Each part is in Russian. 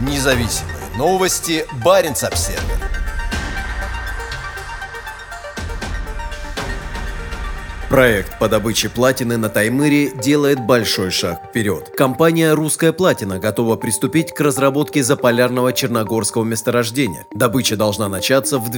Независимые новости. Баренц-Обсервер. Проект по добыче платины на Таймыре делает большой шаг вперед. Компания «Русская платина» готова приступить к разработке заполярного черногорского месторождения. Добыча должна начаться в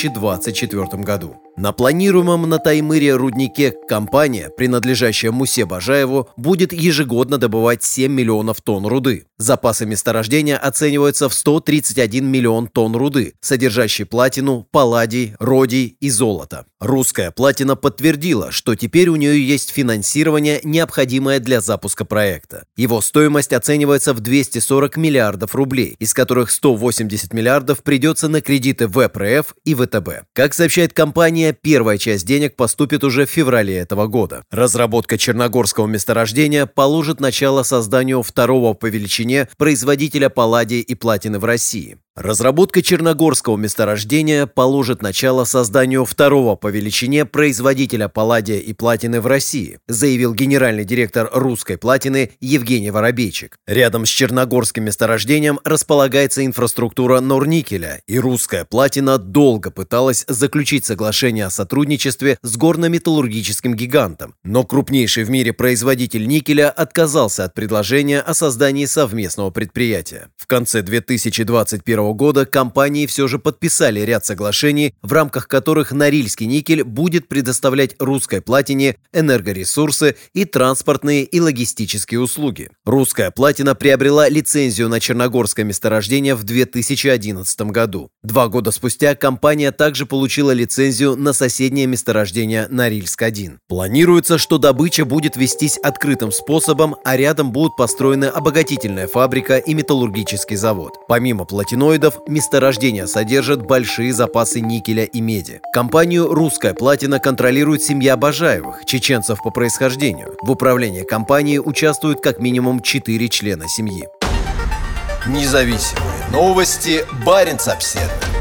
2024 году. На планируемом на Таймыре руднике компания, принадлежащая Мусе Бажаеву, будет ежегодно добывать 7 миллионов тонн руды. Запасы месторождения оцениваются в 131 миллион тонн руды, содержащей платину, палладий, родий и золото. «Русская платина» подтвердила, что теперь у нее есть финансирование, необходимое для запуска проекта. Его стоимость оценивается в 240 миллиардов рублей, из которых 180 миллиардов придется на кредиты ВПРФ и ВТБ. Как сообщает компания, первая часть денег поступит уже в феврале этого года. Разработка черногорского месторождения положит начало созданию второго по величине производителя палладия и платины в России. Разработка черногорского месторождения положит начало созданию второго по величине производителя палладия и платины в России, заявил генеральный директор «Русской платины» Евгений Воробейчик. Рядом с черногорским месторождением располагается инфраструктура Норникеля, и «Русская платина» долго пыталась заключить соглашение о сотрудничестве с горно-металлургическим гигантом, но крупнейший в мире производитель никеля отказался от предложения о создании совместного предприятия. В конце 2021 года компании все же подписали ряд соглашений, в рамках которых Норильский никель будет предоставлять «Русской платине» энергоресурсы и транспортные и логистические услуги. «Русская платина» приобрела лицензию на черногорское месторождение в 2011 году. 2 года спустя компания также получила лицензию на соседнее месторождение Норильск-1. Планируется, что добыча будет вестись открытым способом, а рядом будут построены обогатительная фабрика и металлургический завод. Помимо платиноидов, месторождение содержит большие запасы никеля и меди. Компанию «Русская платина» контролирует семья Бажаевых, чеченцев по происхождению. В управлении компанией участвуют как минимум 4 члена семьи. Независимые новости. Баренц-Обсервер.